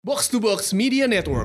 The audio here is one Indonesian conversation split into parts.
Box to Box Media Network.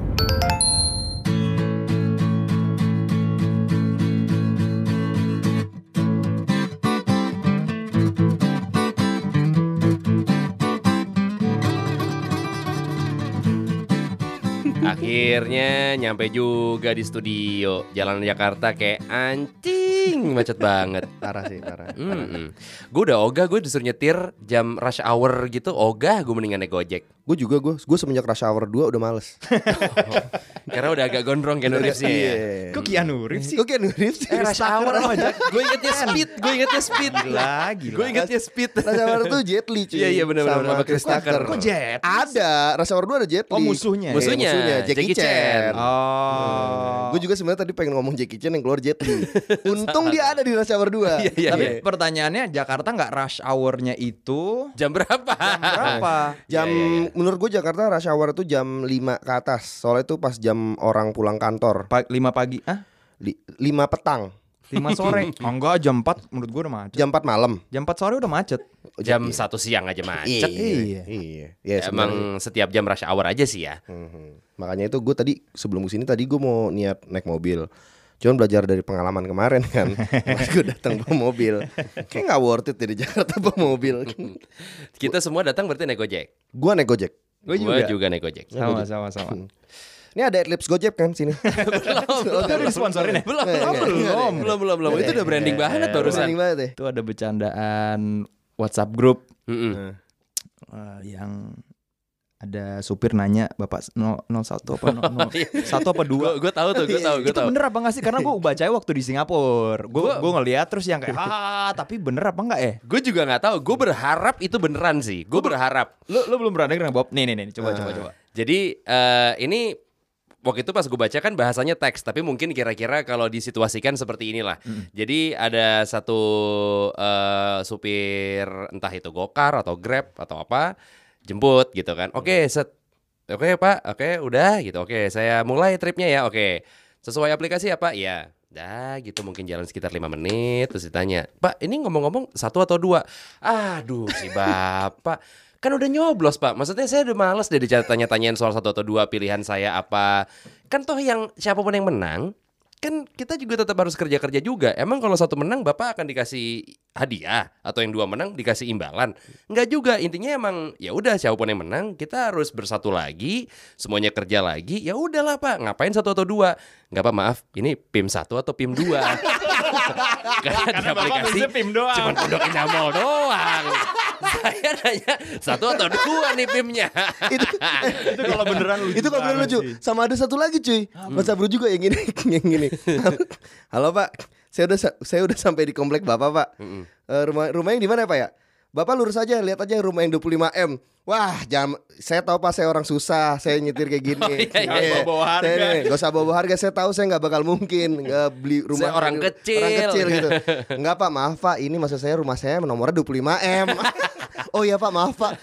Akhirnya nyampe juga di studio. Jalan Jakarta kayak anjing macet banget. Parah sih, parah. Gue udah ogah, gue disuruh nyetir jam rush hour gitu. Ogah gue mendingan naik Gojek. Gue juga, gue semenjak rush hour 2 udah males. Karena udah agak gondrong Keanu Reeves-nya ya. Kok Keanu Reeves sih? Kok Keanu Reeves sih? Rush hour aja. Gue ingetnya speed. Gila. Gue ingetnya speed. Rush hour tuh Jet Li cuy. Iya benar-benar sama Chris Tucker. Kok Jet? Ada, rush hour 2 ada Jet Li. Oh musuhnya. Musuhnya. Jackie Jackie Chan. Chan. Oh. Gue juga sebenarnya tadi pengen ngomong Jackie Chan yang keluar Jet Li. Untung dia ada di rush hour 2. Iya. Tapi pertanyaannya Jakarta nggak rush hour-nya itu Jam berapa? berapa? Jam Iya. menurut gue Jakarta rush hour itu jam 5 ke atas. Soalnya itu pas jam orang pulang kantor. 5 pagi? 5 petang. 5 sore? Oh, enggak, jam 4 menurut gue udah macet. Jam 4 malam. Jam 4 sore udah macet. Jam 1 siang aja macet. Iya. Ya, Emang setiap jam rush hour aja sih ya. Makanya itu gue tadi sebelum kesini tadi gue mau niat naik mobil. Cuman belajar dari pengalaman kemarin kan. Pas gue datang bawa mobil, kayak nggak worth it di Jakarta bawa mobil. Kita semua datang berarti naik Gojek. Gue naik Gojek. Gue Gue juga naik Gojek. Sama. Ini ada Adlibs Gojek kan sini. Itu udah disponsorin ya? Belum. Itu udah branding banget barusan. Branding banget ya. Itu ada bercandaan WhatsApp grup Mm-mm. yang ada supir nanya Bapak 01 apa 01 apa 2. Gue tahu tuh, gue Itu tahu. bener apa enggak sih? Karena gue bacanya waktu di Singapura. Gue ngeliat terus yang kayak tapi bener apa enggak ya? Gue juga nggak tahu. Gue berharap itu beneran sih. Gue berharap. Lu belum pernah denger Bob? Nih, coba. Jadi ini waktu itu pas gue baca kan bahasanya teks, tapi mungkin kira-kira kalau disituasikan seperti inilah. Jadi ada satu supir entah itu Gokar atau Grab atau apa jemput gitu kan. Oke, Oke Pak, oke udah gitu. Oke, saya mulai tripnya ya. Oke, sesuai aplikasi apa? Iya. Dah gitu mungkin jalan sekitar 5 menit. Terus ditanya, Pak ini ngomong-ngomong 1 atau 2? Aduh si bapak kan udah nyoblos Pak. Maksudnya saya udah males deh ditanya-tanyain soal 1 atau 2 pilihan saya apa. Kan toh yang siapapun yang menang kan kita juga tetap harus kerja-kerja juga. Emang kalau 1 menang Bapak akan dikasih hadiah atau yang 2 menang dikasih imbalan? Enggak juga. Intinya emang ya udah siapapun yang menang kita harus bersatu lagi, semuanya kerja lagi. Ya udahlah Pak, ngapain 1 atau 2? Enggak Pak, maaf. Ini PIM 1 atau PIM 2? Karena di aplikasi cuma Pondok Indah Mall doang. Saya nanya 1 atau 2 nih PIM-nya. Itu kalau beneran lucu. Itu kalau bener lucu. Sama ada satu lagi cuy. Mas Abru juga yang gini, yang gini. Halo Pak, saya udah sampai di komplek Bapak Pak. Rumah yang di mana ya Pak ya? Bapak lurus aja, lihat aja rumah yang 25M. Wah, saya tahu Pak, saya orang susah, saya nyetir kayak gini. bawa harga. Gak usah bawa harga, saya tahu saya nggak bakal mungkin nggak beli rumah Saya orang kecil gitu. Enggak Pak, maaf Pak, ini maksud saya rumah saya nomornya 25M. Oh iya Pak, maaf Pak.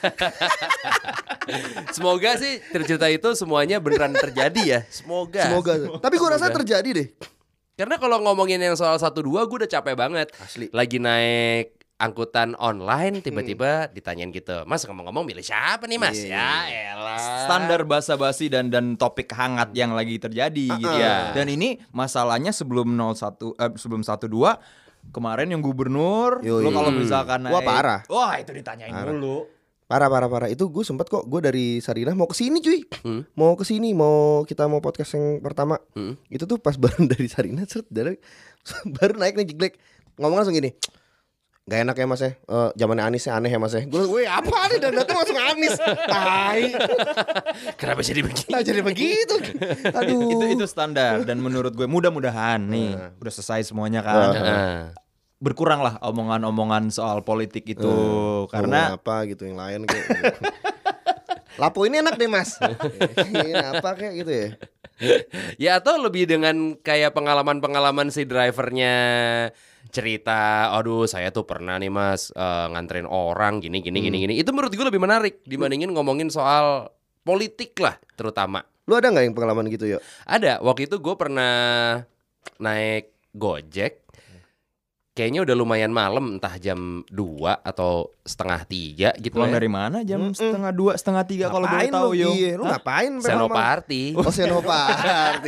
Semoga sih cerita itu semuanya beneran terjadi ya. Semoga. Tapi gue rasa terjadi deh. Karena kalau ngomongin yang soal 1-2 gue udah capek banget. Asli. Lagi naik angkutan online tiba-tiba ditanyain gitu. Mas ngomong-ngomong milih siapa nih Mas? Ya elah. Standar basa-basi dan topik hangat yang lagi terjadi gitu ya. Dan ini masalahnya sebelum 12 kemarin yang gubernur, Yoi. lo kalau misalkan naik, Wah, parah. Wah, itu ditanyain dulu. Parah. Itu gue sempet kok, gue dari Sarinah mau kesini cuy. Mau kesini, kita mau podcast yang pertama. Itu tuh pas baru dari Sarinah baru naik nih jeglek. Ngomong langsung gini, gak enak ya Mas ya, zamannya Anies ya, aneh ya Mas ya. Gue apa nih dan datang langsung Anies. Tai. Kenapa jadi begini? Nah, jadi begitu. Aduh. Itu standar dan menurut gue mudah-mudahan nih udah selesai semuanya kan. Berkurang lah omongan-omongan soal politik itu karena apa gitu yang lain kayak gitu. Lapo ini enak deh Mas. Ini apa kayak gitu ya. Ya atau lebih dengan kayak pengalaman-pengalaman si drivernya cerita, aduh saya tuh pernah nih Mas nganterin orang gini. Itu menurut gue lebih menarik dibandingin ngomongin soal politik lah terutama. Lu ada gak yang pengalaman gitu ya? Ada, waktu itu gue pernah naik Gojek. kayaknya udah lumayan malam, entah jam 2 atau setengah 3 gitu Pulang ya. dari mana jam setengah 2, setengah 3 kalau boleh Ngapain tahu lu? yo. Iya, lu ngapain sampai Senoparty. malam? Oh, Senoparty.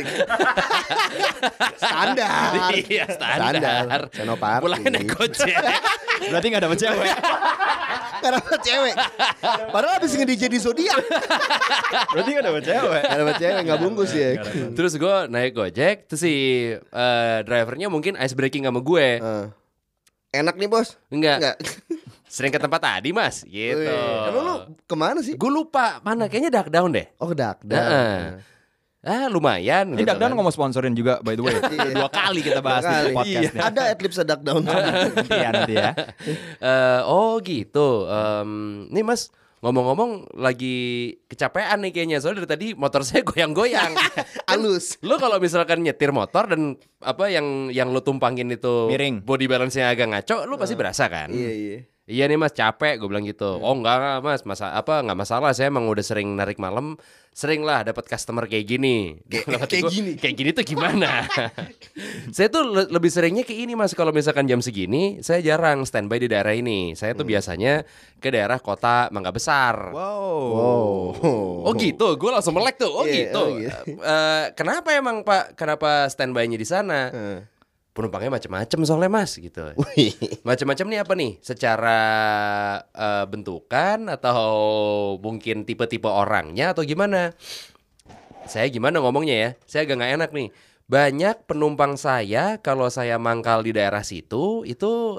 Standar. Iya, standar. Senoparty. Pulangnya naik gojek. Berarti enggak dapet cewek. Karena cewek. Padahal habis nge-DJ di Zodiac. Berarti enggak dapet cewek. Gak dapet cewek, gak bungkus ya. Terus gue naik gojek, terus si drivernya mungkin ice breaking sama gue. Enak nih bos. Enggak. Sering ke tempat tadi mas, gitu. Wih, emang lu kemana sih? Gue lupa mana, kayaknya Duck Down deh. Oh ke Dakdan. Lumayan. Ini gitu Dakdan kan. ngomong sponsorin juga by the way. 2 kali kita bahas di podcast nih. Ada adlibs Dakdan. Iya nanti ya. Oh gitu. Nih mas, ngomong-ngomong lagi kecapean nih kayaknya. Soalnya dari tadi motor saya goyang-goyang. Halus. Lo kalau misalkan nyetir motor dan apa yang lo tumpangin itu Miring. body balance-nya agak ngaco, lo pasti berasa kan? Iya. Iya nih mas, capek, gue bilang gitu. Oh enggak mas, nggak masalah. Saya emang udah sering narik malam, sering lah dapat customer kayak gini. Kayak gini tuh gimana? Saya tuh lebih seringnya kayak ini mas. Kalau misalkan jam segini, saya jarang standby di daerah ini. Saya tuh biasanya ke daerah kota Mangga Besar. Wow. Oh gitu, gue langsung melek tuh. Oh Iya, gitu. oh gitu. Kenapa emang Pak? Kenapa standby-nya di sana? Penumpangnya macam-macam soalnya mas gitu. Macam-macam nih apa nih? Secara bentukan atau mungkin tipe-tipe orangnya atau gimana? Saya gimana ngomongnya ya? Saya agak nggak enak nih. Banyak penumpang saya kalau saya mangkal di daerah situ itu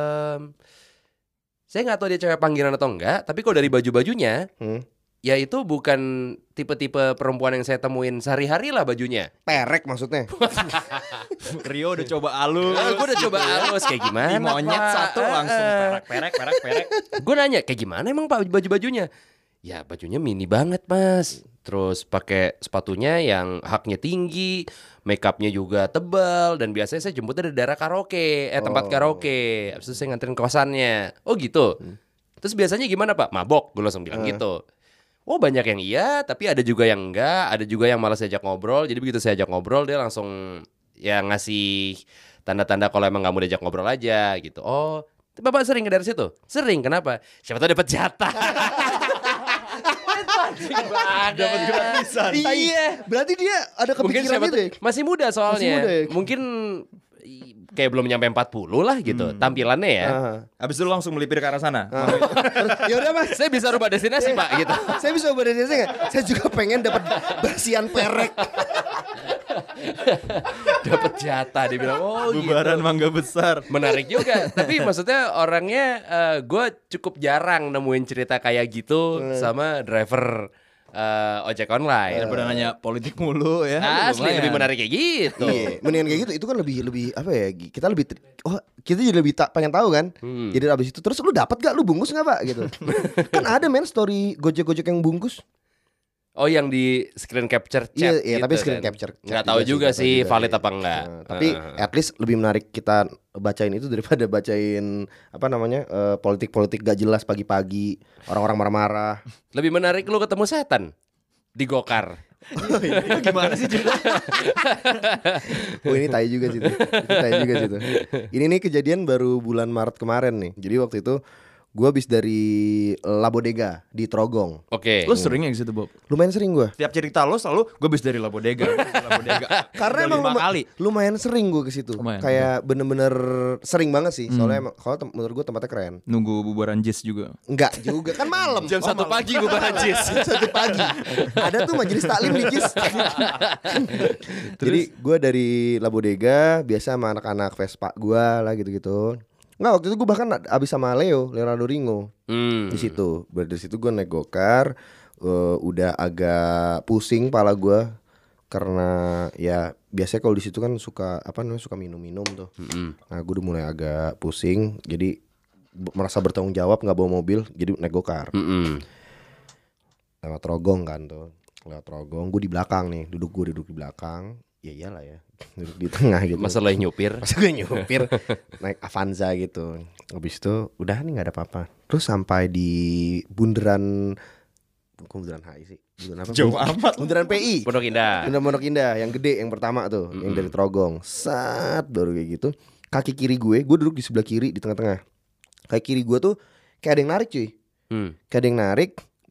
saya nggak tahu dia cewek panggilan atau enggak. Tapi kalau dari baju-bajunya, ya itu bukan tipe-tipe perempuan yang saya temuin sehari-hari lah bajunya. Perek maksudnya. Rio udah coba halus. Gue udah coba halus kayak gimana? Di monyet Pak? satu langsung perek. Gue nanya kayak gimana emang Pak baju-bajunya? Ya bajunya mini banget mas. Terus pakai sepatunya yang haknya tinggi, make upnya juga tebal, dan biasanya saya jemputnya dari daerah karaoke, tempat karaoke. Habis itu saya nganterin ke kosannya. Oh gitu. Terus biasanya gimana Pak? Mabok? Gue langsung bilang gitu. Oh banyak yang iya, tapi ada juga yang enggak, ada juga yang malas diajak ngobrol. Jadi begitu saya ajak ngobrol dia langsung ya ngasih tanda-tanda kalau emang nggak mau diajak ngobrol aja gitu. Oh, Bapak sering ke daerah situ? Sering, kenapa? Siapa tahu dapat jatah. Dapat gratisan. Iya. Berarti dia ada Mungkin kepikiran gitu ya. masih muda soalnya. Masih muda ya? Mungkin kayak belum nyampe 40 lah gitu tampilannya ya. Habis itu langsung melipir ke arah sana. Ya udah mas. Saya bisa rubah destinasi Pak gitu. Saya bisa ubah destinasi nggak? Saya juga pengen dapat basian perek. Dapat jatah dia bilang oh Bubaran gitu. Mangga Besar. Menarik juga. Tapi maksudnya orangnya gue cukup jarang nemuin cerita kayak gitu sama driver ojek online. Daripada nanya politik mulu ya. Asli lumayan. lebih menarik kayak gitu. Iya, mendingan kayak gitu. Itu kan lebih apa ya? Kita lebih kita jadi lebih pengen tahu kan. Jadi abis itu terus lu dapat gak? Lu bungkus nggak Pak? Gitu. Kan ada men story gojek yang bungkus. Oh yang di screen capture chat Iya, gitu tapi screen kan. capture chat Nggak tahu juga nggak sih tahu valid juga, apa iya. enggak. Tapi at least lebih menarik kita bacain itu daripada bacain apa namanya politik-politik gak jelas pagi-pagi, orang-orang marah-marah. Lebih menarik lu ketemu setan di Gokar. Gimana sih cerita? Oh ini tai juga sih tuh. Itu tai juga sih tuh. Ini nih kejadian baru bulan Maret kemarin nih. Jadi waktu itu gue habis dari Labodega di Trogong. Oke. Lo sering ya ke situ Bob? Lumayan sering gue. Tiap cerita lo selalu gue habis dari Labodega. Karena Udah emang 5 kali. lumayan sering gue ke situ. Lumayan, Kayak bener-bener sering banget sih. Soalnya emang kalau menurut gue tempatnya keren. Nunggu bubaran JIS juga. Enggak juga kan malam. Jam 1 pagi gue Jis. Jam 1 pagi. Ada tuh majelis taklim di JIS. Jadi gue dari Labodega biasa sama anak-anak Vespa gue lah gitu-gitu. Nggak, waktu itu gue bahkan abis sama Leonardo Ringo di situ. Dari situ gue naik gokar, udah agak pusing pala gue karena ya biasanya kalau di situ kan suka suka minum-minum tuh. Nah gue udah mulai agak pusing, jadi merasa bertanggung jawab nggak bawa mobil, jadi naik gokar. Lewat Trogong kan tuh, lewat Trogong, gue di belakang nih, duduk di belakang. Ya iyalah ya, duduk di tengah gitu. Masa lo yang nyupir? Masa gue nyupir naik Avanza gitu. Habis itu udah nih gak ada apa-apa. Terus sampai di bundaran HI sih. Bundaran apa? Jauh amat. Bundaran PI. Pondok Indah. Bundaran Pondok Indah yang gede yang pertama tuh, yang dari Trogong. Baru kayak gitu. kaki kiri gue duduk di sebelah kiri di tengah-tengah. Kaki kiri gue tuh kayak ada yang narik cuy. Kayak ada yang narik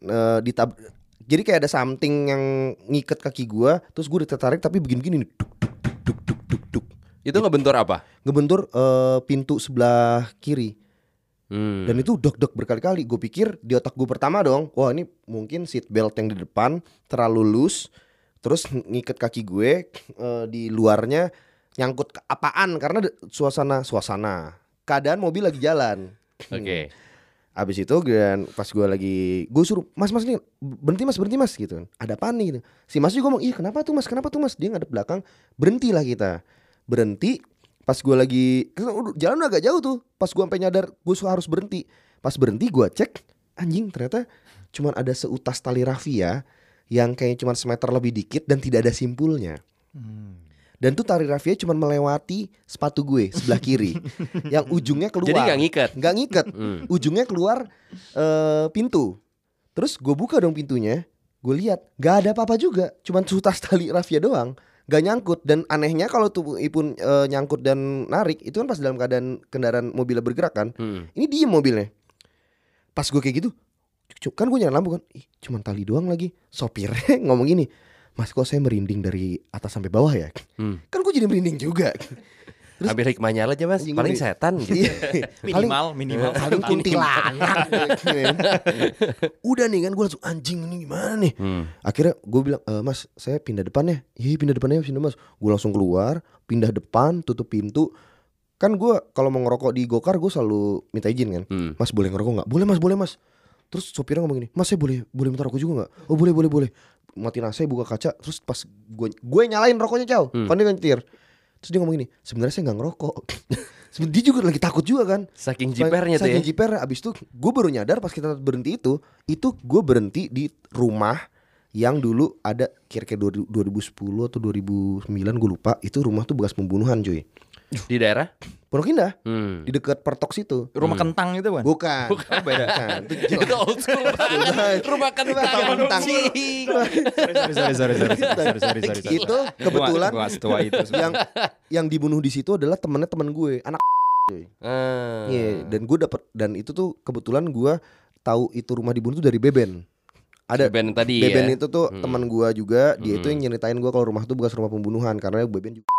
jadi kayak ada something yang ngikat kaki gue, terus gue ditarik tapi begini-begini nih. Duk. Itu ngebentur apa? Ngebentur pintu sebelah kiri. Dan itu dok berkali-kali. Gue pikir di otak gue pertama dong, wah ini mungkin seat belt yang di depan terlalu loose, terus ngikat kaki gue di luarnya nyangkut ke apaan karena suasana keadaan mobil lagi jalan. Oke. Abis itu dan pas gue suruh mas nih berhenti mas gitu. Ada apa nih gitu. Si mas juga ngomong, iya kenapa tuh mas, dia ngadep belakang. Berhentilah kita. Berhenti. Pas gue lagi jalan udah agak jauh tuh. Pas gue sampai nyadar gue harus berhenti. Pas berhenti gue cek, anjing ternyata cuman ada seutas tali rafia yang kayak cuman semeter lebih dikit dan tidak ada simpulnya. Dan tuh tali rafia cuman melewati sepatu gue sebelah kiri yang ujungnya keluar. Jadi nggak ngikat. Ujungnya keluar pintu. Terus gue buka dong pintunya, gue lihat nggak ada apa-apa juga, cuman seutas tali rafia doang, nggak nyangkut. Dan anehnya kalau tuh pun nyangkut dan narik itu kan pas dalam keadaan kendaraan mobilnya bergerak kan. Ini diem mobilnya. Pas gue kayak gitu, kan gue nyalain lampu kan, cuman tali doang lagi. Sopirnya ngomong gini, mas kok saya merinding dari atas sampai bawah ya? Kan gue jadi merinding juga. Terus, ambil hikmahnya aja mas, paling setan gitu. Minimal paling kuntilanak. Udah nih kan gue langsung anjing ini gimana nih. Akhirnya gue bilang, mas saya pindah depannya. Iya pindah depannya sini mas. Gue langsung keluar, pindah depan, tutup pintu. Kan gue kalau mau ngerokok di gokar gue selalu minta izin kan. Mas boleh ngerokok gak? Boleh mas. Terus sopirnya ngomong gini, mas saya boleh minta rokok juga gak? Oh boleh. Matiin AC, buka kaca. Terus pas gue nyalain rokoknya Cow, kan dia nyetir. Terus dia ngomong gini, sebenarnya saya gak ngerokok. Dia juga lagi takut juga kan. Saking jipernya tuh ya. Saking jipernya. Abis itu gue baru nyadar pas kita berhenti itu gue berhenti di rumah yang dulu ada kira-kira 2010 atau 2009 gue lupa. Itu rumah tuh bekas pembunuhan cuy. Di daerah? Pondok Indah. Di dekat Pertok situ. Rumah kentang itu kan? Bukan. Oh, beda. Bukan. Itu old school banget. Rumah kentang. Sorry. Itu kebetulan Gua setua itu. yang dibunuh di situ adalah temennya temen gue, anak. Iya, dan itu tuh kebetulan gue tahu itu rumah dibunuh tuh dari Beben. Ada Beben tadi Beben ya? itu tuh teman gue juga, dia itu yang nyeritain gue kalau rumah tuh bekas rumah pembunuhan karena Beben juga.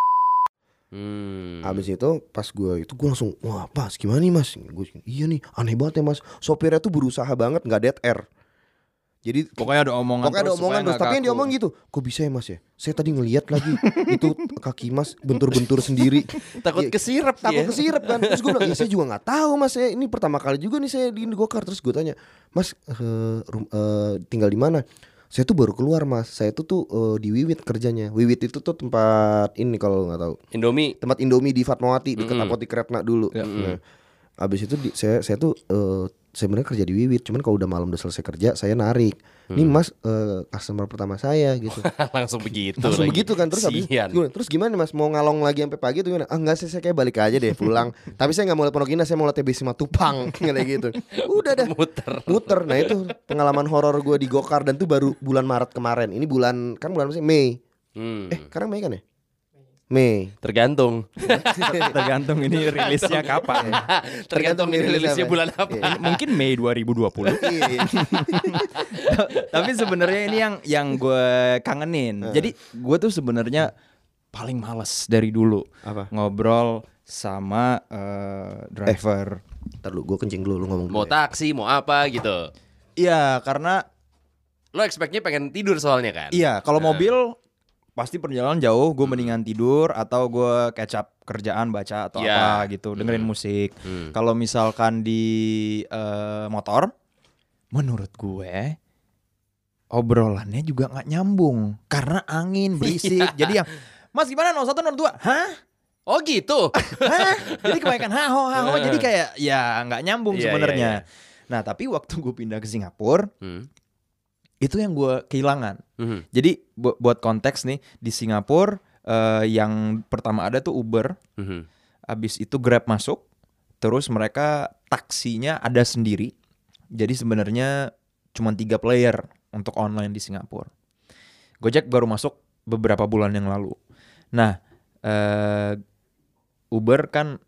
Abis itu pas gue langsung, wah mas gimana nih mas? Iya nih aneh banget ya mas. Sopirnya tuh berusaha banget nggak dead air. Jadi pokoknya ada omongan terus. Tapi yang diomong gitu, kok bisa ya mas ya? Saya tadi ngelihat lagi itu kaki mas bentur-bentur sendiri. Takut kesirep kan. Terus gue bilang, ya saya juga nggak tahu mas ya. Ini pertama kali juga nih saya di gokar. Terus gue tanya, mas tinggal di mana? Saya tuh baru keluar mas. Saya tuh di Wiwit kerjanya. Wiwit itu tuh tempat ini kalau nggak tahu. Indomie. Tempat Indomie di Fatmawati dekat Apotik Retna dulu. Nah, abis itu saya tuh sebenarnya kerja di Wiwit. Cuman kalau udah malam udah selesai kerja saya narik. Nih mas customer pertama saya gitu. Langsung begitu. Begitu kan. Terus gimana mas? Mau ngalong lagi sampai pagi tuh gimana? Enggak sih saya kayak balik aja deh pulang. Tapi saya nggak mau lihat Pondok Indah. Saya mau lihat TBC Matupang kayak gitu. Udah dah muter. Nah itu pengalaman horor gue di gokar. Dan tuh baru bulan Maret kemarin. Ini bulan apa sih? Mei. Sekarang Mei kan ya? Mei. Tergantung ini rilisnya kapan. Tergantung ini rilisnya bulan apa. Mungkin Mei 2020. Tapi sebenarnya ini yang gue kangenin. Jadi gue tuh sebenarnya paling males dari dulu ngobrol sama driver. Ntar gue kencing dulu lu ngomong dulu. Mau taksi, mau apa gitu. Iya, karena lo expect-nya pengen tidur soalnya kan. Iya, kalau mobil pasti perjalanan jauh, gue mendingan tidur atau gue catch up kerjaan baca atau apa gitu, dengerin musik. Kalau misalkan di motor, menurut gue obrolannya juga nggak nyambung karena angin berisik. Jadi yang mas gimana 01 02? Hah? Oh gitu. Hah? Jadi kebanyakan haho. Jadi kayak ya nggak nyambung sebenarnya. Nah tapi waktu gue pindah ke Singapura. Itu yang gue kehilangan. Jadi buat konteks nih, di Singapura yang pertama ada tuh Uber. Abis itu Grab masuk. Terus mereka taksinya ada sendiri. Jadi sebenarnya cuma 3 player untuk online di Singapura. Gojek baru masuk beberapa bulan yang lalu. Nah Uber kan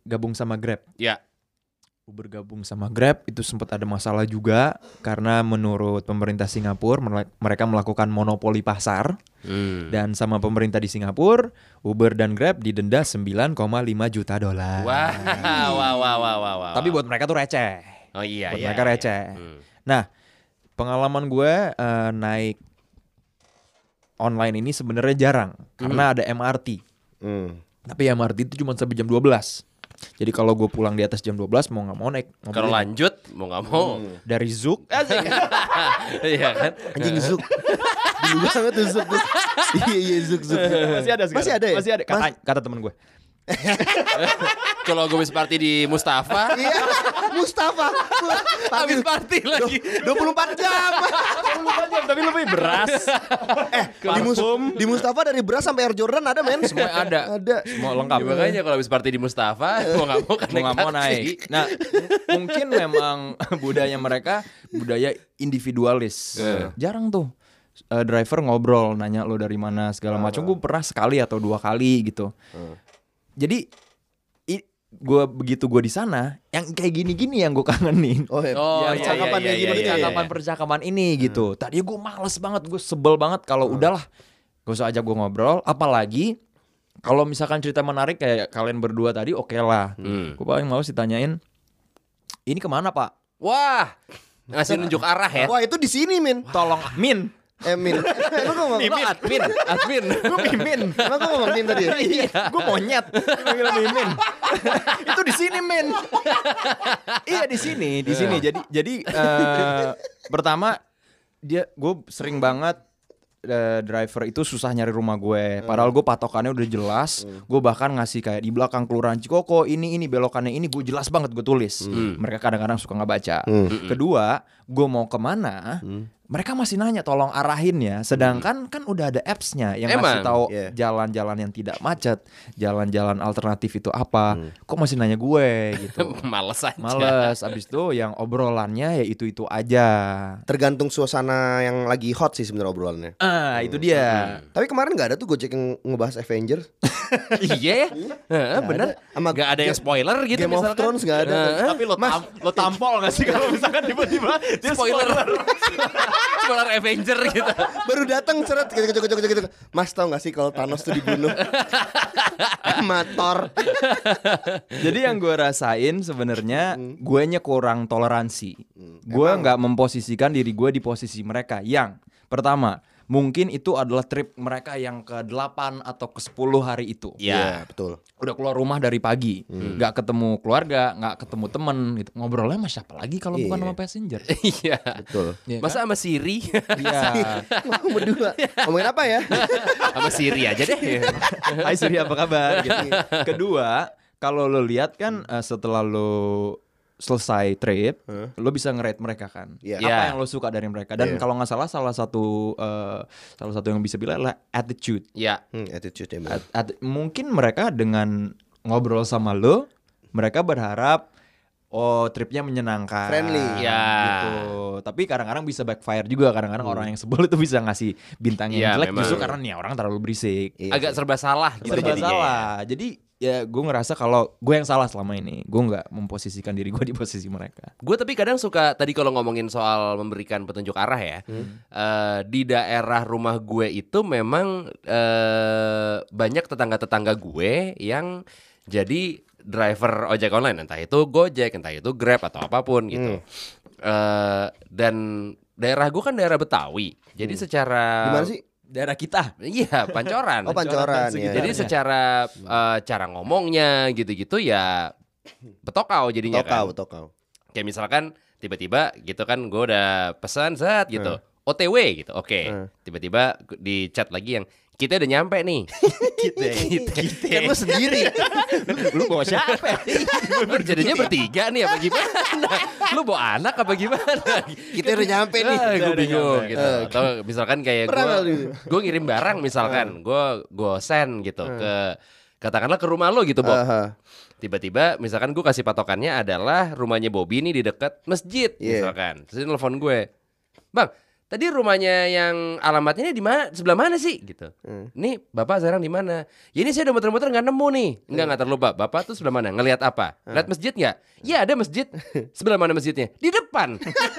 gabung sama Grab. Ya. Uber gabung sama Grab itu sempat ada masalah juga karena menurut pemerintah Singapura mereka melakukan monopoli pasar dan sama pemerintah di Singapura Uber dan Grab didenda 9,5 juta dolar. Wow. Tapi buat mereka tuh receh. Oh iya. Buat mereka receh. Nah, pengalaman gue naik online ini sebenarnya jarang karena ada MRT. Tapi MRT itu cuma sampai jam 12. Jadi kalau gue pulang di atas jam 12 mau nggak mau naik mobil. Kalau lanjut mau nggak mau. Dari Zug. Iya kan? Anjing Zug. Dulu banget tuh Zug. Iya Zug. Masih ada sekarang. Masih ada ya? Masih ada. Kata temen gue. Kalau gue habis party di Mustafa, Iya, Mustafa. habis party lagi. 24 jam. Tapi lebih beras. Di Mustafa dari beras sampai Air Jordan ada men. Semua ada. Ada. Semua lengkap. Ya, makanya kalau habis party di Mustafa, mau nggak mau kan Mau nggak mau naik. Nah, mungkin memang budaya mereka budaya individualis. Jarang tuh driver ngobrol, nanya lo dari mana segala macam. Gue pernah sekali atau 2 kali gitu. Jadi gue di sana yang kayak gini-gini yang gue kangenin. Oh, ya. Percakapan kayak gini nih. Percakapan ini gitu. Tadi gue males banget, gue sebel banget kalau udahlah gak usah ajak gue ngobrol. Apalagi kalau misalkan cerita menarik kayak kalian berdua tadi, oke lah. Gue paling males ditanyain, ini kemana pak? Wah, ngasih nunjuk arah ya. Wah, itu di sini men. Tolong Min. Min. Emang gue ngomong Admin. Gue Mimin. Emang gue ngomong Min tadi. Iya, gue monyet. Panggil Mimin. Itu di sini, Min. Iya di sini. Jadi pertama gue sering banget driver itu susah nyari rumah gue. Padahal gue patokannya udah jelas. Gue bahkan ngasih kayak di belakang Kelurahan Cikoko ini belokannya ini gue jelas banget gue tulis. Mereka kadang-kadang suka nggak baca. Kedua, gue mau kemana? Mereka masih nanya tolong arahin ya. Sedangkan kan udah ada apps-nya yang ngasih tahu jalan-jalan yang tidak macet, jalan-jalan alternatif itu apa. Kok masih nanya gue gitu. Males aja. Males. Abis itu yang obrolannya ya itu aja. Tergantung suasana yang lagi hot sih sebenarnya obrolannya. Itu dia. Tapi kemarin nggak ada tuh Gojek yang ngebahas Avengers. Iya ya. Bener. Nggak ada yang spoiler gitu Game of misalkan. Thrones nggak ada. Tapi lo tampol gak sih kalau misalkan tiba-tiba dia Spoiler. Spoiler Avenger gitu. Baru datang seret gitu. Mas tahu nggak sih kalau Thanos tuh dibunuh? Amator. Jadi yang gue rasain sebenarnya guenya kurang toleransi. Gue nggak memposisikan diri gue di posisi mereka. Yang pertama, mungkin itu adalah trip mereka yang ke-8 atau ke-10 hari itu. Iya, betul. Udah keluar rumah dari pagi, nggak ketemu keluarga, nggak ketemu temen gitu. Ngobrolnya sama siapa lagi kalau bukan sama passenger? Iya. Betul. Masa sama Siri? Iya. Mau berdua. Ngomongin apa ya? Sama Siri aja deh. Hai Suri, apa kabar? Gitu. Kedua, kalau lo lihat kan setelah lo selesai trip, lo bisa nge-rate mereka kan. Iya. Apa yang lo suka dari mereka? Dan kalau nggak salah satu yang bisa bilang adalah attitude. Iya. Attitude Mungkin mereka dengan ngobrol sama lo, mereka berharap tripnya menyenangkan, Friendly. Ya. gitu. Tapi kadang-kadang bisa backfire juga. Kadang-kadang orang yang sebel itu bisa ngasih bintang yang Ya, jelek memang. justru karena nih orang terlalu berisik. Iya. Agak serba salah gitu Serba jadinya. salah. Jadi ya gue ngerasa kalau gue yang salah selama ini. Gue nggak memposisikan diri gue di posisi mereka. Gue tapi kadang suka tadi kalau ngomongin soal memberikan petunjuk arah ya, di daerah rumah gue itu memang banyak tetangga-tetangga gue yang jadi driver ojek online, entah itu Gojek, entah itu Grab atau apapun gitu. Dan daerah gue kan daerah Betawi, jadi secara Gimana sih? Daerah kita. Iya, Pancoran. Oh, Pancoran. Ya. Jadi secara cara ngomongnya gitu-gitu ya betokau jadinya kan. Betokau. Kayak misalkan tiba-tiba gitu kan gue udah pesan set gitu. OTW gitu. Oke. Tiba-tiba di chat lagi yang kita udah nyampe nih. Kita. Kan lu sendiri. Lu bawa siapa? Jadinya bertiga nih apa gimana? Lu bawa anak apa gimana? Kita udah nyampe nih. Gue bingung gitu. Atau misalkan kayak gue ngirim barang misalkan, gue send gitu ke katakanlah ke rumah lo gitu, Bob. Tiba-tiba misalkan gue kasih patokannya adalah rumahnya Bobby nih di dekat masjid misalkan. Terus dia nelfon gue, "Bang, tadi rumahnya yang alamatnya ini di mana, sebelah mana sih gitu. Nih bapak sekarang di mana? Ya ini saya udah muter-muter nggak nemu nih. Nggak terlupa. Bapak tuh sebelah mana? Ngelihat apa? Lihat masjid nggak? Ya ada masjid. Sebelah mana masjidnya? Di depan.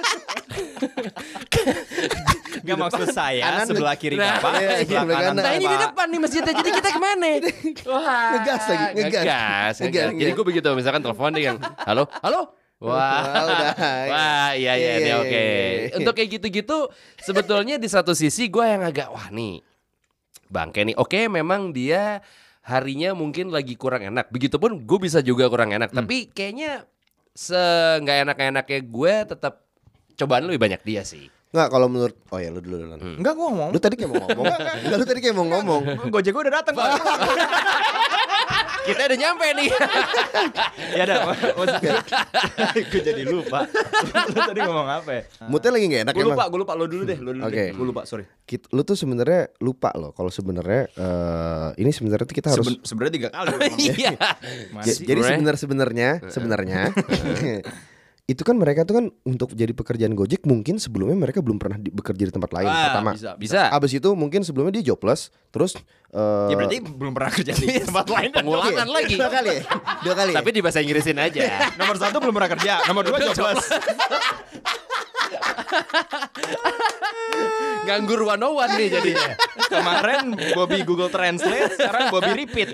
Gak maksud saya sebelah kiri Nah, bapak, iya, sebelah sebelah kanan kanan. Nah ini di bapak. depan nih masjidnya. Jadi kita kemana? Wah, Ngegas lagi, ngegas. Jadi gue begitu misalkan telepon dia yang halo. Wah, udah. wah, iya, Iya, oke. iya. Untuk kayak gitu-gitu, sebetulnya di satu sisi gue yang agak wah nih, bangke nih. Oke, memang dia harinya mungkin lagi kurang enak. Begitupun gue bisa juga kurang enak. Tapi kayaknya nggak enak-enaknya gue tetap cobaan lebih banyak dia sih. Nggak, kalau menurut ya lu dulu. Enggak, gua ngomong. Lu tadi kayak mau ngomong. Enggak, lu tadi kayak mau ngomong. Gojek gua udah datang, Pak. Kita udah nyampe nih. Ya udah, maksudnya gue jadi lupa. Lu tadi ngomong apa ya? Moodnya lagi nggak enak emang. Gue lupa lo dulu deh, Oke. Gue lupa, sorry. Lu tuh sebenarnya lupa loh kalau sebenarnya ini sebenarnya tuh kita harus Sebenarnya 3 kali. Iya. jadi sebenarnya itu kan mereka tuh kan untuk jadi pekerjaan Gojek mungkin sebelumnya mereka belum pernah bekerja di tempat lain pertama. Bisa. Abis itu mungkin sebelumnya dia jobless, terus Ya berarti belum pernah kerja di tempat lain. Pengulangan lagi. Dua kali. Tapi di bahasa Inggrisin aja. Nomor 1 belum pernah kerja, nomor 2 jobless. Nganggur 101 nih jadinya. Kemarin Bobby Google Translate, sekarang Bobby repeat.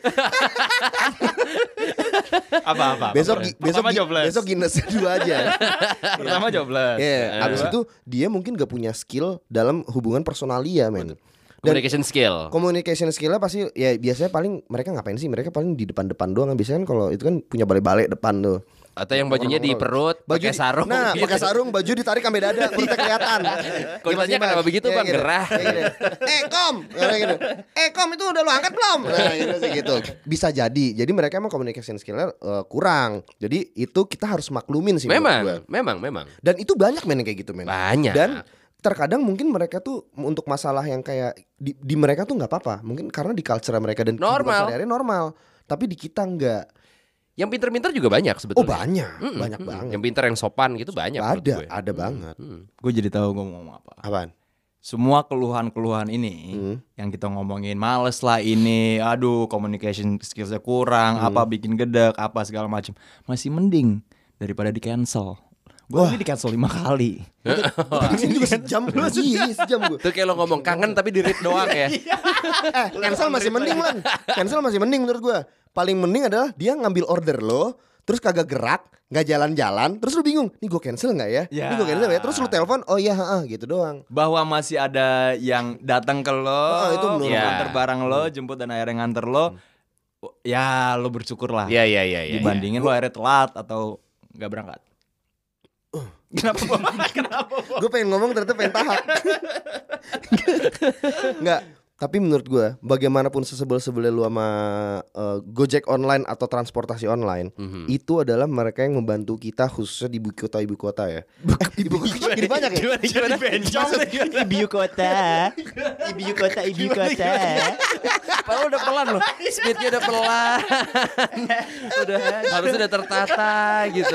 Apa? Besok jobless. besok Guinness 2 aja. Pertama jobless. Ya, abis itu dia mungkin gak punya skill dalam hubungan personalia, men. Dan communication skillnya pasti ya biasanya paling mereka ngapain sih? Mereka paling di depan-depan doang. Biasanya kan kalau itu kan punya balik-balik depan tuh. Atau yang bajunya di perut, pakai sarung. Nah, gitu. pakai sarung, baju ditarik sampai dada, perutnya kelihatan. Kondisinya kenapa begitu, Bang? Gitu. Gerah. Kom, gitu. Kom itu udah lu angkat belum? Nah, gitu. Bisa jadi. Jadi mereka emang communication skillnya kurang. Jadi itu kita harus maklumin sih. Memang. Dan itu banyak men yang kayak gitu men. Banyak. Dan terkadang mungkin mereka tuh untuk masalah yang kayak di mereka tuh nggak apa-apa. Mungkin karena di culture mereka dan normal. sehari-hari normal. Tapi di kita enggak. Yang pinter-pinter juga banyak sebetulnya. Oh banyak banget. Yang pinter yang sopan gitu banyak. Ada banget. Gue jadi tahu gue mau ngomong apa. Apaan? Semua keluhan-keluhan ini yang kita ngomongin males lah ini, aduh communication skillsnya kurang, apa bikin gedek, apa segala macam, masih mending daripada di cancel. Gue ini di cancel 5 kali. Ini juga sejam. Iya, sejam gue. Tuh kayak lo ngomong kangen tapi di read doang ya. Cancel masih mending lan. Cancel masih mending menurut gue. Paling mending adalah dia ngambil order lo, terus kagak gerak, nggak jalan-jalan, terus lu bingung, nih gue cancel nggak ya? Ini gue cancel nggak ya? Terus lu telepon, oh iya, gitu doang. Bahwa masih ada yang datang ke lo, itu menurut nganter barang lo, jemput dan akhirnya nganter lo, ya lo bersyukur lah. Iya. Dibandingin lo akhirnya telat atau nggak berangkat. Kenapa? Gue pengen ngomong ternyata pengen tahap. Nggak. Tapi menurut gue, bagaimanapun sesebel-sebelnya lu sama Gojek online atau transportasi online, itu adalah mereka yang membantu kita khususnya di ibu kota ya. Ibu kota jadi banyak ya. Gimana? Ibu kota. Padahal udah pelan loh. Speednya udah pelan. Harusnya udah tertata gitu.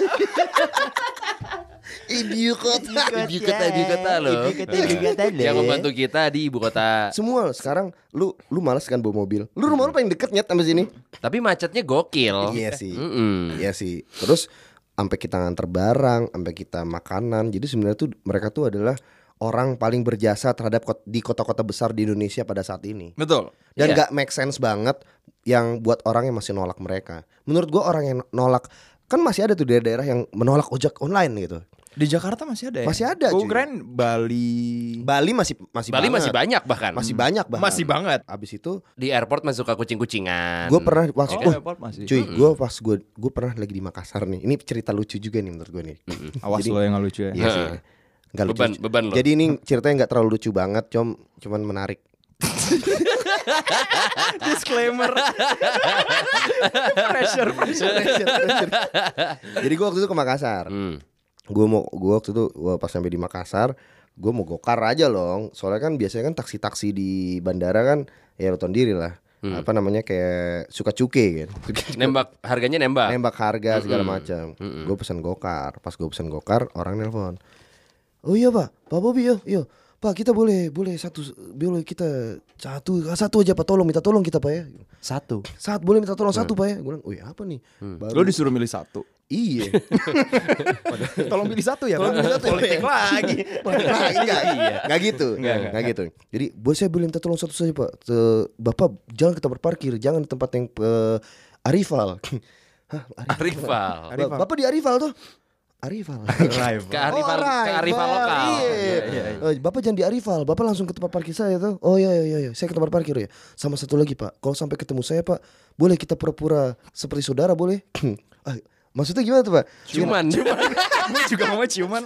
Ibu kota loh. Yang membantu kita di ibu kota. Semua sekarang lu malas kan bawa mobil. Lu rumah lu paling deket nyet sampai sini. Tapi macetnya gokil. Iya sih. Terus sampai kita nganter barang, sampai kita makanan. Jadi sebenarnya tuh mereka tuh adalah orang paling berjasa terhadap di kota-kota besar di Indonesia pada saat ini. Betul. Dan gak make sense banget yang buat orang yang masih nolak mereka. Menurut gua orang yang nolak, kan masih ada tuh daerah-daerah yang menolak ojek online gitu. Di Jakarta masih ada ya? Masih ada. Gue keren Bali masih Bali masih banyak bahkan. Masih banyak bahkan. Masih banget. Abis itu di airport masih suka kucing-kucingan. gue pernah waktu masih. cuy, gue pernah lagi di Makassar nih. Ini cerita lucu juga nih menurut gue nih. Awas lo yang gak lucu ya. Iya sih. Nggak lucu. Beban lo. Jadi ini ceritanya nggak terlalu lucu banget, cuman menarik. Disclaimer. Pressure. Jadi gue waktu itu ke Makassar. Gue waktu itu pas sampai di Makassar, gue mau gokar aja loh. Soalnya kan biasanya kan taksi-taksi di bandara kan ya lo tau diri lah. Apa namanya kayak suka cuke kan. Harganya nembak Harga segala macam. Gue pesan gokar. Pas gue pesan gokar, orang nelpon. Oh iya Pak Bobi yo. Pak kita boleh satu kita satu aja Pak, minta tolong kita Pak ya. Satu. Boleh minta tolong satu Pak ya. Gue bilang, oh ya apa nih? Lo disuruh milih satu. Iya. Tolong pilih satu ya. Tolong pilih satu. Politik lagi. Enggak gitu. Enggak gitu. Jadi, bos saya boleh minta tolong satu saja Pak. Bapak jangan ke tempat parkir, jangan di tempat yang Arifal. Hah, Arifal. Bapak di Arifal tuh. Arifal. Kearifan lokal. Iya. Bapak jangan di Arifal, Bapak langsung ke tempat parkir saya tuh. Oh iya, saya ke tempat parkir ya. Sama satu lagi Pak, kalau sampai ketemu saya Pak, boleh kita pura-pura seperti saudara boleh? Maksudnya gimana tuh Pak? Ciuman. Gue juga mau ciuman.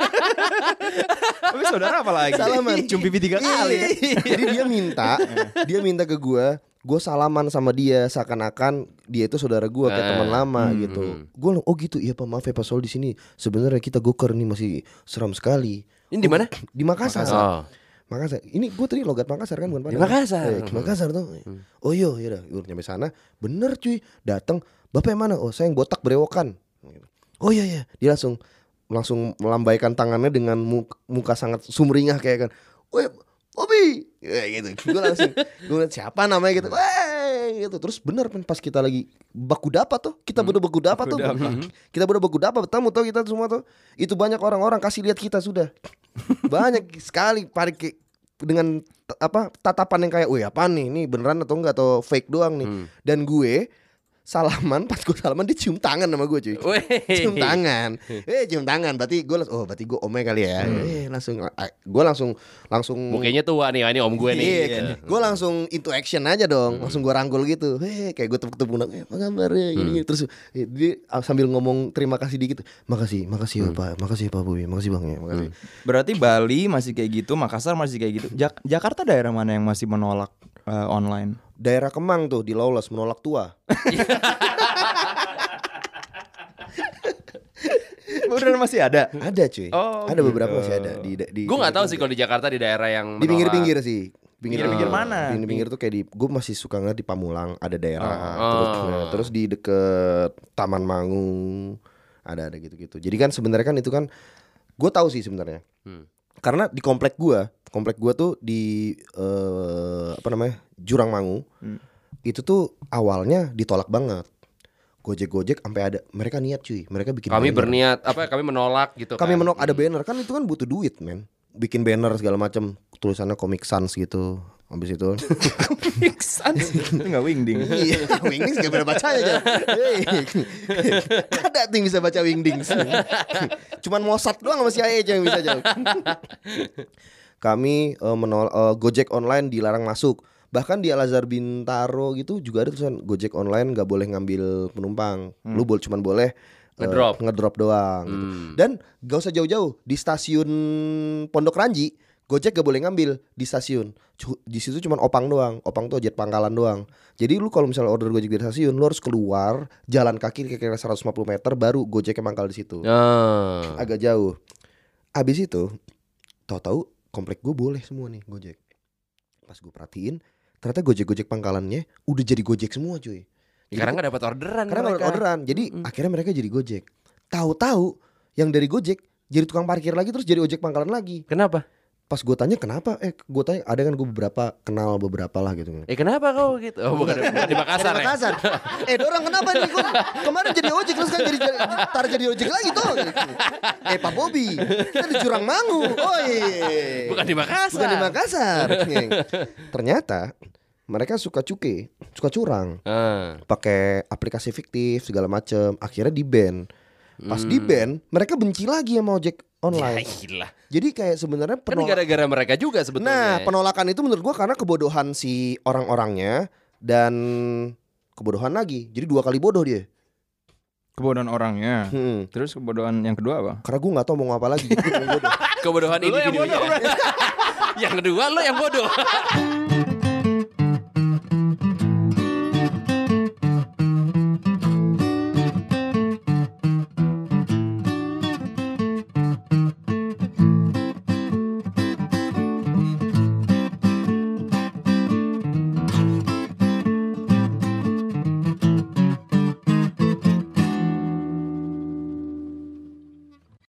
Tapi saudara apa lagi? Salaman. Cium pipi 3 kali. Jadi dia minta ke gue salaman sama dia seakan-akan dia itu saudara gue kayak teman lama gitu. Gue oh gitu, iya Pak maaf ya Pak, soal di sini sebenarnya kita goker nih masih seram sekali. Ini di mana? Di Makassar. Makassar. Ini gue tadi logat Makassar kan, bukan Padang. Di Makassar. Di Makassar tuh. Oh iya, udah nyampe sana. Bener cuy, datang. Bapak yang mana? Oh saya yang botak berewokan. Oh iya. Dia langsung melambaikan tangannya dengan muka sangat sumringah kayak kan. Woi Bobi, ya gitu. Gue liat siapa namanya gitu. Weh, gitu. Terus bener kan pas kita lagi baku dapat tuh, kita udah baku dapat tuh. Kita udah baku dapat, bertemu tuh kita semua tuh. Itu banyak orang-orang kasih lihat kita sudah. Banyak sekali pakai dengan tatapan yang kayak, "Wih, apaan nih? Ini beneran atau enggak atau fake doang nih?" Dan gue salaman, pas gue salaman dia cium tangan sama gue cuy. Cium tangan. Berarti gue omnya kali ya. Gue langsung mukanya tua nih, ini om gue nih. Gitu. Gue langsung into action aja dong. Langsung gue rangkul gitu. Kayak gue tepuk-tepuk apa kabar ya gini. Terus dia sambil ngomong terima kasih dikit. Makasih ya Pak. Makasih Pak Bobi. Makasih Bang ya. Makasih. Berarti Bali masih kayak gitu, Makassar masih kayak gitu. Jakarta daerah mana yang masih menolak online? Daerah Kemang tuh di Lawless menolak tua. Beneran masih ada? Ada cuy. Ada beberapa masih ada di Gue nggak tahu sih kalau di Jakarta di daerah yang di pinggir-pinggir sih. Pinggir-pinggir mana? Pinggir-pinggir tuh kayak gue masih suka ngeliat di Pamulang ada daerah. Terus di deket Taman Mangung ada gitu-gitu. Jadi kan sebenarnya kan itu kan gue tahu sih sebenarnya. Karena di komplek gue tuh di Jurang Mangu. Itu tuh awalnya ditolak banget. Gojek sampai ada mereka niat cuy, mereka bikin kami banner. Berniat kami menolak gitu kan. Kami menolak ada banner kan, itu kan butuh duit men. Bikin banner segala macam, tulisannya Comic Sans gitu. Habis itu Comic Sans itu enggak Wingdings. Iya, Wingdings enggak bisa bacanya aja. Ada tuh yang bisa baca Wingdings. Cuman Mossad doang sama CIA aja yang bisa jawab. Kami Gojek online dilarang masuk. Bahkan di Al-Azhar Bintaro gitu juga ada tulisan Gojek online gak boleh ngambil penumpang. Lu cuman boleh ngedrop doang gitu. Dan gak usah jauh-jauh, di stasiun Pondok Ranji Gojek gak boleh ngambil di stasiun. Di situ cuman opang doang. Opang tuh ojek pangkalan doang. Jadi lu kalau misalnya order Gojek dari stasiun, lu harus keluar jalan kaki kira-kira 150 meter baru Gojeknya mangkal di situ. Agak jauh. Abis itu tahu-tahu komplek gue boleh semua nih Gojek. Pas gue perhatiin ternyata Gojek pangkalannya udah jadi Gojek semua cuy. Karena nggak dapat orderan. Jadi akhirnya mereka jadi Gojek. Tahu-tahu yang dari Gojek jadi tukang parkir lagi, terus jadi ojek pangkalan lagi. Kenapa? Pas gue tanya kenapa, gue tanya ada kan gue kenal beberapa lah gitu. Kenapa kau gitu? Oh bukan di Makassar. Di Makassar. Dorang kenapa nih kok kemarin jadi ojek terus kan jadi ojek lagi tuh. Pak Bobi, kita di Jurang Mangu. Oh iya. Bukan di Makassar. Ternyata mereka suka curang. Pakai aplikasi fiktif segala macem. Akhirnya di ban. Pas di ban, mereka benci lagi sama ojek online. Ya, gila. Jadi kayak sebenarnya kan gara-gara mereka juga sebetulnya. Nah, penolakan itu menurut gua karena kebodohan si orang-orangnya dan kebodohan lagi. Jadi 2 kali bodoh dia. Kebodohan orangnya. Terus kebodohan yang kedua apa? Karena gua nggak tahu mau ngapa lagi. Kebodohan individunya. Yang kedua lo yang bodoh.